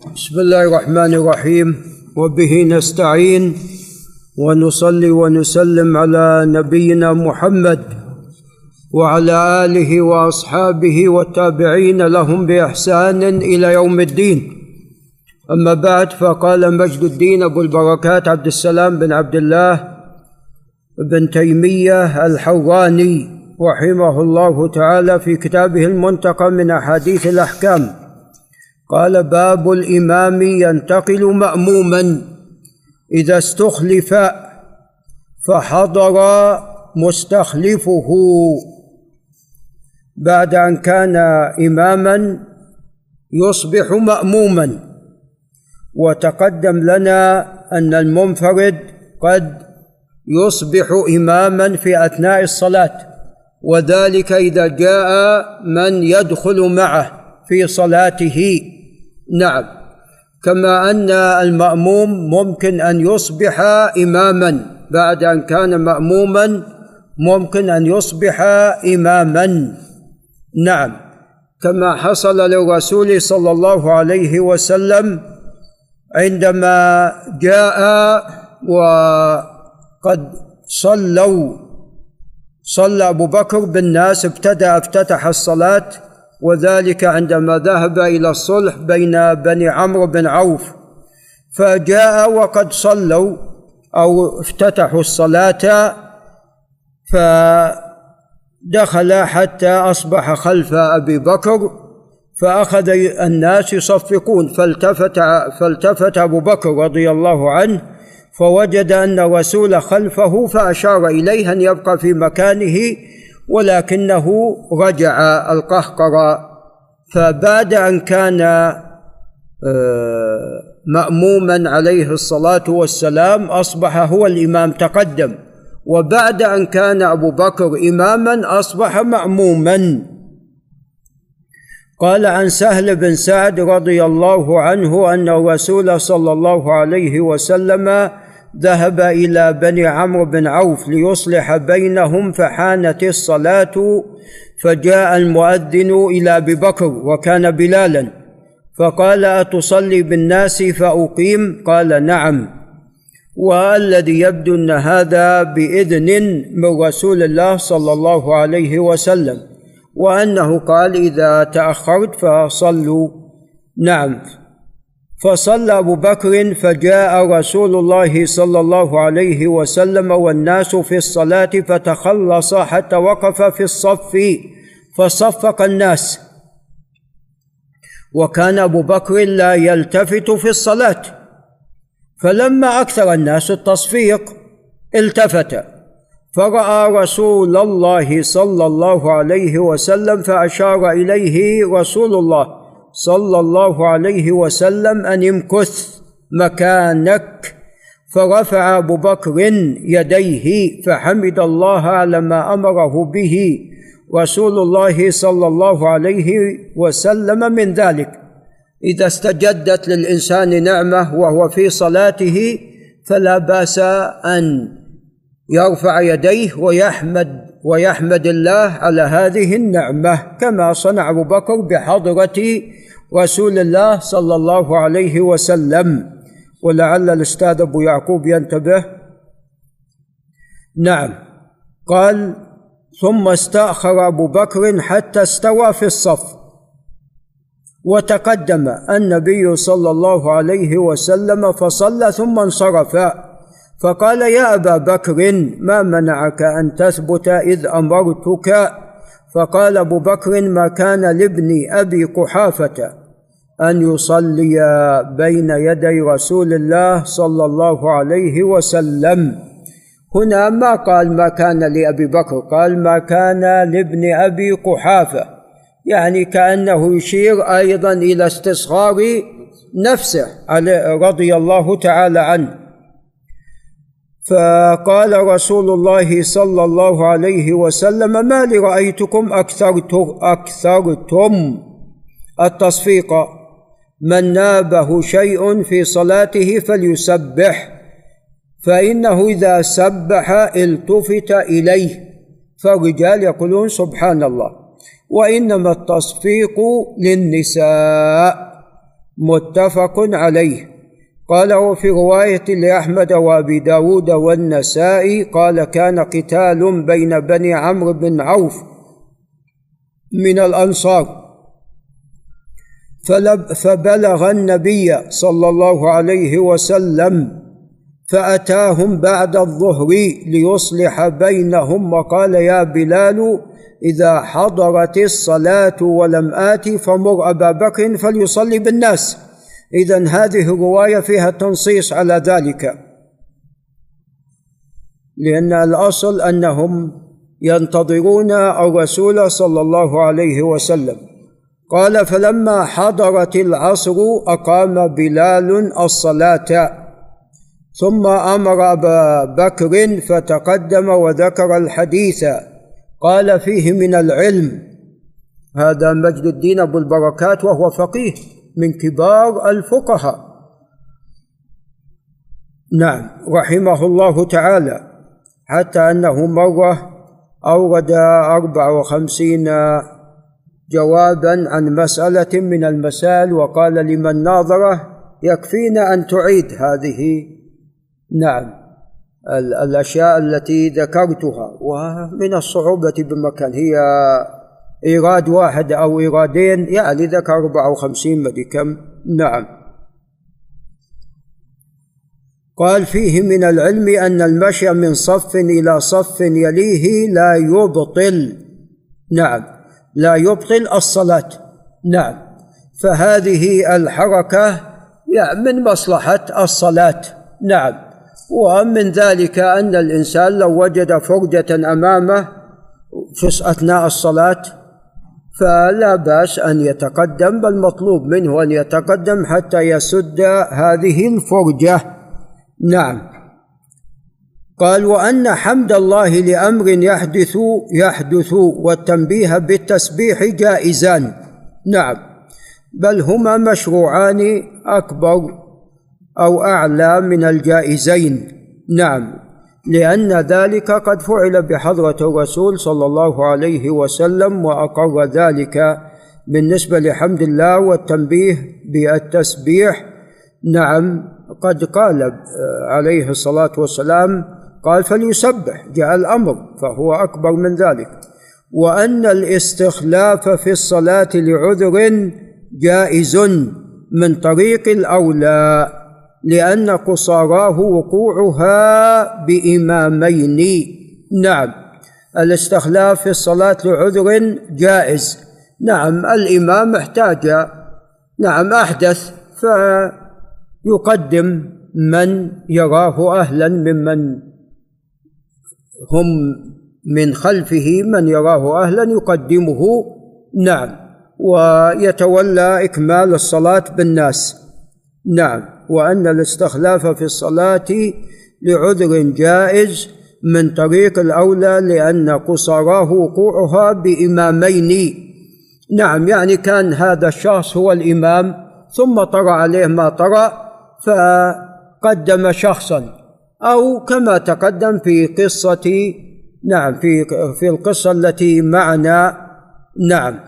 بسم الله الرحمن الرحيم، وبه نستعين ونصلي ونسلم على نبينا محمد وعلى آله وأصحابه والتابعين لهم بإحسان إلى يوم الدين. أما بعد، فقال مجد الدين أبو البركات عبد السلام بن عبد الله بن تيمية الحراني رحمه الله تعالى في كتابه المنتقى من أحاديث الأحكام، قال: باب الإمام ينتقل مأموما إذا استخلف فحضر مستخلفه بعد أن كان إماما يصبح مأموما. وتقدم لنا أن المنفرد قد يصبح إماما في أثناء الصلاة، وذلك إذا جاء من يدخل معه في صلاته. نعم، كما أن المأموم ممكن أن يصبح إماما بعد أن كان مأموما، ممكن أن يصبح إماما. نعم، كما حصل للرسول صلى الله عليه وسلم عندما جاء وقد صلى أبو بكر بالناس، افتتح الصلاة، وذلك عندما ذهب إلى الصلح بين بني عمرو بن عوف، فجاء وقد صلوا أو افتتحوا الصلاة، فدخل حتى أصبح خلف أبي بكر، فأخذ الناس يصفقون، فالتفت أبو بكر رضي الله عنه فوجد أن الرسول خلفه، فأشار إليه أن يبقى في مكانه، ولكنه رجع القهقرة. فبعد أن كان مأموما عليه الصلاة والسلام أصبح هو الإمام، تقدم، وبعد أن كان أبو بكر إماما أصبح مأموما. قال عن سهل بن سعد رضي الله عنه أن الرسول صلى الله عليه وسلم ذهب إلى بني عمرو بن عوف ليصلح بينهم، فحانت الصلاة، فجاء المؤذن إلى أبي بكر وكان بلالا، فقال: أتصلي بالناس فأقيم؟ قال: نعم. والذي يبدو أن هذا بإذن من رسول الله صلى الله عليه وسلم، وأنه قال: إذا تأخرت فصلوا. نعم، فصلى أبو بكر، فجاء رسول الله صلى الله عليه وسلم والناس في الصلاة، فتخلص حتى وقف في الصف فصفق الناس، وكان أبو بكر لا يلتفت في الصلاة، فلما أكثر الناس التصفيق التفت، فرأى رسول الله صلى الله عليه وسلم، فأشار إليه رسول الله صلى الله عليه وسلم أن يمكث مكانك، فرفع أبو بكر يديه فحمد الله على ما أمره به رسول الله صلى الله عليه وسلم من ذلك. إذا استجدت للإنسان نعمة وهو في صلاته فلا بأس أن يرفع يديه ويحمد الله على هذه النعمة، كما صنع أبو بكر بحضرة رسول الله صلى الله عليه وسلم. ولعل الأستاذ أبو يعقوب ينتبه. نعم، قال: ثم استأخر أبو بكر حتى استوى في الصف، وتقدم النبي صلى الله عليه وسلم فصلى ثم انصرف، فقال: يا أبا بكر، ما منعك أن تثبت إذ أمرتك؟ فقال أبو بكر: ما كان لابن أبي قحافة أن يصلي بين يدي رسول الله صلى الله عليه وسلم. هنا ما قال ما كان لأبي بكر، قال ما كان لابن أبي قحافة، يعني كأنه يشير أيضا إلى استصغار نفسه رضي الله تعالى عنه. فقال رسول الله صلى الله عليه وسلم: ما لي رأيتكم أكثرتم التصفيق، من نابه شيء في صلاته فليسبح، فإنه إذا سبح التفت إليه، فالرجال يقولون سبحان الله، وإنما التصفيق للنساء. متفق عليه. قال: وفي رواية لأحمد وأبي داود والنسائي قال: كان قتال بين بني عمرو بن عوف من الأنصار، فبلغ النبي صلى الله عليه وسلم، فأتاهم بعد الظهر ليصلح بينهم، وقال: يا بلال، إذا حضرت الصلاة ولم آتي فمر أبا بكر فليصلي بالناس. إذن هذه الرواية فيها تنصيص على ذلك، لأن الأصل أنهم ينتظرون الرسول صلى الله عليه وسلم. قال: فلما حضرت العصر أقام بلال الصلاة، ثم أمر أبا بكر فتقدم وذكر الحديث. قال: فيه من العلم، هذا مجد الدين أبو البركات وهو فقيه من كبار الفقهاء، نعم، رحمه الله تعالى، حتى أنه مرة أورد 54 جوابا عن مسألة من المسائل، وقال: لمن ناظره يكفينا أن تعيد هذه، نعم، الأشياء التي ذكرتها. ومن الصعوبة بمكان، هي إيراد واحد أو إيرادين، يعني ذكر 54 مدري كم، نعم. قال: فيه من العلم أن المشي من صف إلى صف يليه لا يبطل، نعم، لا يبطل الصلاة، نعم، فهذه الحركة من مصلحة الصلاة، نعم. ومن ذلك أن الإنسان لو وجد فرجة أمامه في أثناء الصلاة فلا بأس أن يتقدم، بل مطلوب منه أن يتقدم حتى يسد هذه الفرجة، نعم. قال: وأن حمد الله لأمر يحدث والتنبيه بالتسبيح جائزان، نعم، بل هما مشروعان أكبر أو أعلى من الجائزين، نعم، لأن ذلك قد فعل بحضرة الرسول صلى الله عليه وسلم، وأقر ذلك بالنسبة لحمد الله والتنبيه بالتسبيح، نعم. قد قال عليه الصلاة والسلام، قال: فليسبح، جاء الأمر، فهو أكبر من ذلك. وأن الاستخلاف في الصلاة لعذر جائز من طريق الأولى، لأن قصاراه وقوعها بإمامين، نعم، الاستخلاف في الصلاة لعذر جائز، نعم، الإمام احتاج، نعم، أحدث، فيقدم من يراه أهلا ممن هم من خلفه، من يراه أهلا يقدمه، نعم، ويتولى إكمال الصلاة بالناس، نعم. وأن الاستخلاف في الصلاة لعذر جائز من طريق الأولى، لأن قصاراه وقوعها بإمامين، نعم، يعني كان هذا الشخص هو الإمام ثم طرأ عليه ما طرأ فقدم شخصا، أو كما تقدم في قصة، نعم، في القصة التي معنا، نعم،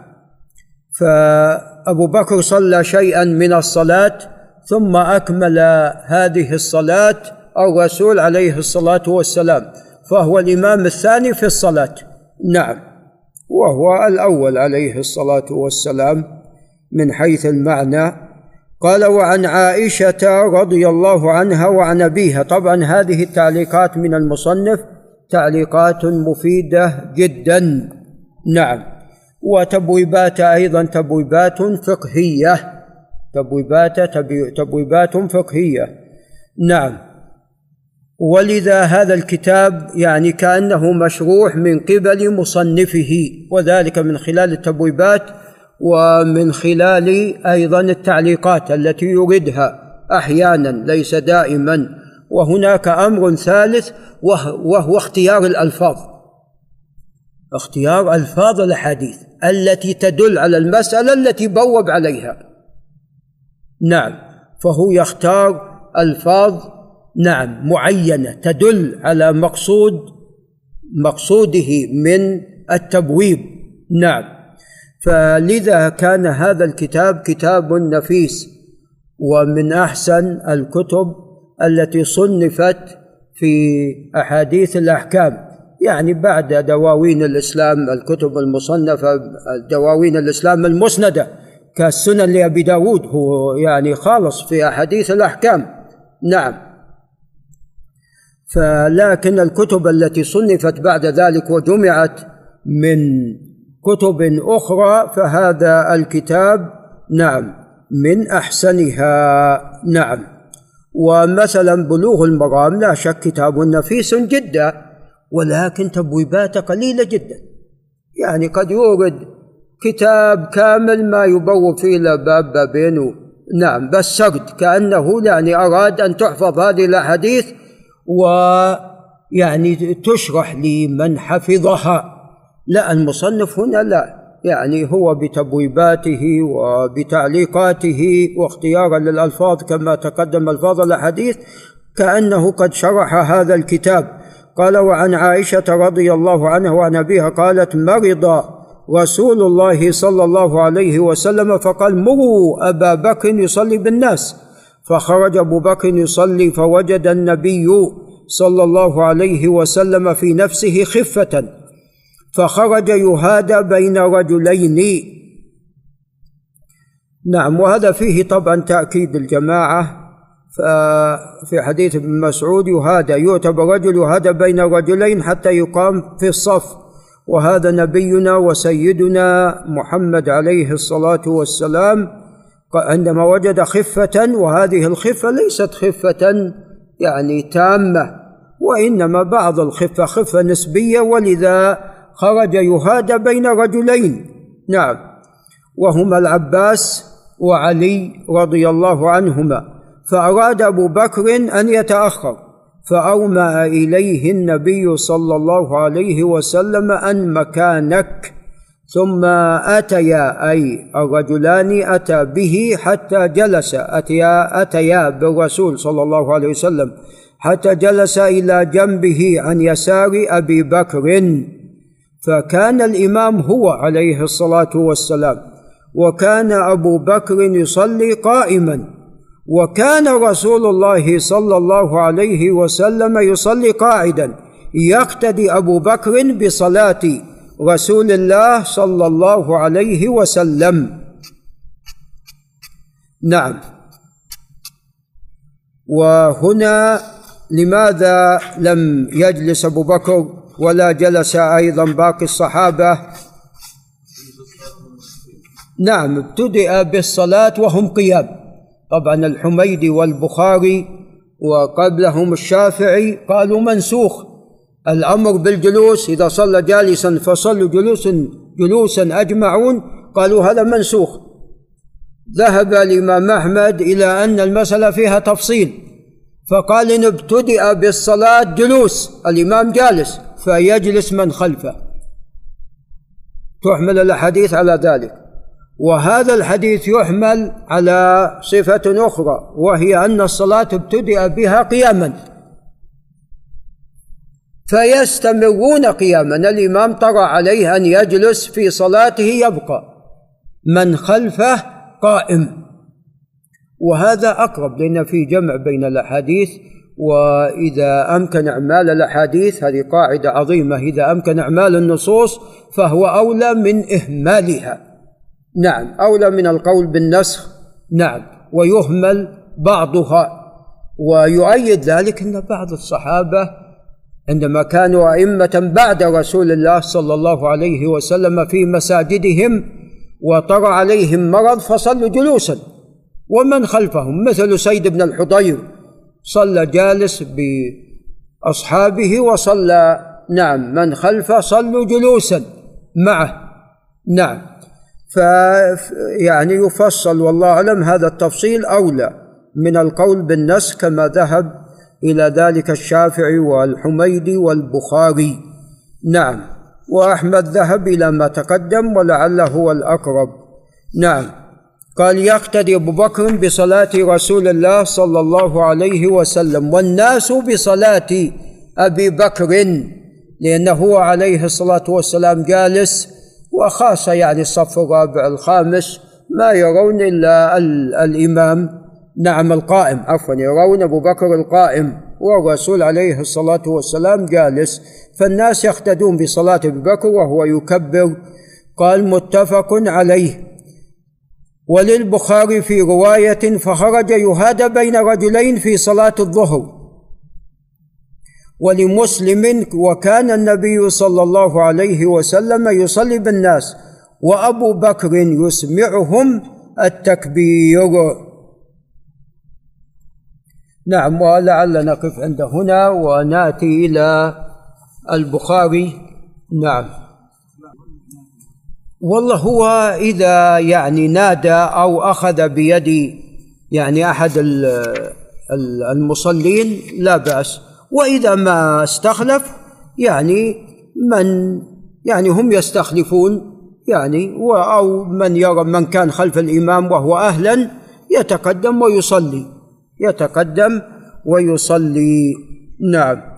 فأبو بكر صلى شيئا من الصلاة ثم أكمل هذه الصلاة الرسول عليه الصلاة والسلام، فهو الإمام الثاني في الصلاة، نعم، وهو الأول عليه الصلاة والسلام من حيث المعنى. قال: وعن عائشة رضي الله عنها وعن أبيها. طبعا هذه التعليقات من المصنف تعليقات مفيدة جدا، نعم، وتبويبات أيضا تبويبات فقهية، تبويبات فقهية، نعم. ولذا هذا الكتاب يعني كأنه مشروح من قبل مصنفه، وذلك من خلال التبويبات ومن خلال أيضا التعليقات التي يردها أحيانا، ليس دائما. وهناك أمر ثالث وهو اختيار الألفاظ، اختيار ألفاظ الحديث التي تدل على المسألة التي بوب عليها، نعم، فهو يختار ألفاظ، نعم، معينة تدل على مقصوده من التبويب، نعم. فلذا كان هذا الكتاب كتاب نفيس، ومن أحسن الكتب التي صنفت في أحاديث الأحكام، يعني بعد دواوين الإسلام الكتب المصنفة، دواوين الإسلام المسندة كالسنن لأبي داود، هو يعني خالص في أحاديث الأحكام. نعم. فلكن الكتب التي صنفت بعد ذلك وجمعت من كتب أخرى فهذا الكتاب نعم من أحسنها. نعم. ومثلا بلوغ المرام لا شك كتاب نفيس جدا، ولكن تبويباته قليلة جدا، يعني قد يورد كتاب كامل ما يبوب فيه إلا باب بابين نعم بس سرد، كأنه يعني أراد أن تحفظ هذه الأحاديث ويعني تشرح لمن حفظها. لا، المصنف هنا لا، يعني هو بتبويباته وبتعليقاته واختيارا للألفاظ كما تقدم ألفاظ الأحاديث كأنه قد شرح هذا الكتاب. قال: وعن عائشة رضي الله عنها وعن أبيها قالت: مرض رسول الله صلى الله عليه وسلم فقال: مروا أبا بكر يصلي بالناس، فخرج أبو بكر يصلي فوجد النبي صلى الله عليه وسلم في نفسه خفة، فخرج يهادى بين رجلين. نعم. وهذا فيه طبعا تأكيد الجماعة، في حديث ابن مسعود يهادى، يعتبر رجل يهادى بين رجلين حتى يقام في الصف، وهذا نبينا وسيدنا محمد عليه الصلاة والسلام عندما وجد خفة، وهذه الخفة ليست خفة يعني تامة، وإنما بعض الخفة خفة نسبية، ولذا خرج يهادى بين رجلين. نعم. وهما العباس وعلي رضي الله عنهما، فأراد أبو بكر أن يتأخر، فأومأ إليه النبي صلى الله عليه وسلم أن مكانك، ثم أتيا أي الرجلان أتى به حتى جلس، أتيا بالرسول صلى الله عليه وسلم حتى جلس إلى جنبه عن يسار أبي بكر، فكان الإمام هو عليه الصلاة والسلام، وكان أبو بكر يصلي قائما، وكان رسول الله صلى الله عليه وسلم يصلي قاعدا، يقتدي أبو بكر بصلاة رسول الله صلى الله عليه وسلم. نعم. وهنا لماذا لم يجلس أبو بكر ولا جلس أيضا باقي الصحابة؟ نعم، ابتدأ بالصلاة وهم قيام. طبعا الحميدي والبخاري وقبلهم الشافعي قالوا منسوخ الأمر بالجلوس، إذا صلى جالسا فصلوا جلوسا أجمعون، قالوا هذا منسوخ. ذهب الإمام أحمد إلى أن المسألة فيها تفصيل، فقال إن ابتدأ بالصلاة جلوس، الإمام جالس فيجلس من خلفه، تحمل الأحاديث على ذلك. وهذا الحديث يحمل على صفة أخرى، وهي أن الصلاة ابتدأ بها قياما فيستمرون قياما، الإمام طرأ عليه أن يجلس في صلاته، يبقى من خلفه قائم، وهذا أقرب لأن في جمع بين الأحاديث. وإذا أمكن إعمال الأحاديث، هذه قاعدة عظيمة، إذا أمكن إعمال النصوص فهو أولى من إهمالها. نعم، أولى من القول بالنسخ. نعم، ويهمل بعضها. ويؤيد ذلك أن بعض الصحابة عندما كانوا أئمة بعد رسول الله صلى الله عليه وسلم في مساجدهم وطرأ عليهم مرض فصلوا جلوسا ومن خلفهم، مثل سيد بن الحضير صلى جالس بأصحابه، وصلى نعم من خلفه صلوا جلوسا معه. نعم. يعني يفصل، والله أعلم هذا التفصيل أولى من القول بالنسخ كما ذهب إلى ذلك الشافعي والحميدي والبخاري. نعم. وأحمد ذهب إلى ما تقدم ولعله هو الأقرب. نعم. قال يقتدي أبو بكر بصلاة رسول الله صلى الله عليه وسلم، والناس بصلاة أبي بكر، لأنه هو عليه الصلاة والسلام جالس، وخاصة يعني الصف الرابع الخامس ما يرون إلا الإمام نعم القائم، عفوا، يرون أبو بكر القائم والرسول عليه الصلاة والسلام جالس، فالناس يقتدون بصلاة أبي بكر وهو يكبر. قال متفق عليه. وللبخاري في رواية فخرج يهادى بين رجلين في صلاة الظهر. ولمسلم وكان النبي صلى الله عليه وسلم يصلي بالناس وأبو بكر يسمعهم التكبير. نعم، ولعل نقف عند هنا ونأتي إلى البخاري. نعم. والله هو إذا يعني نادى أو أخذ بيد يعني أحد المصلين لا بأس، وإذا ما استخلف يعني هم يستخلفون يعني، أو من يرى من كان خلف الإمام وهو أهلا يتقدم ويصلي. نعم.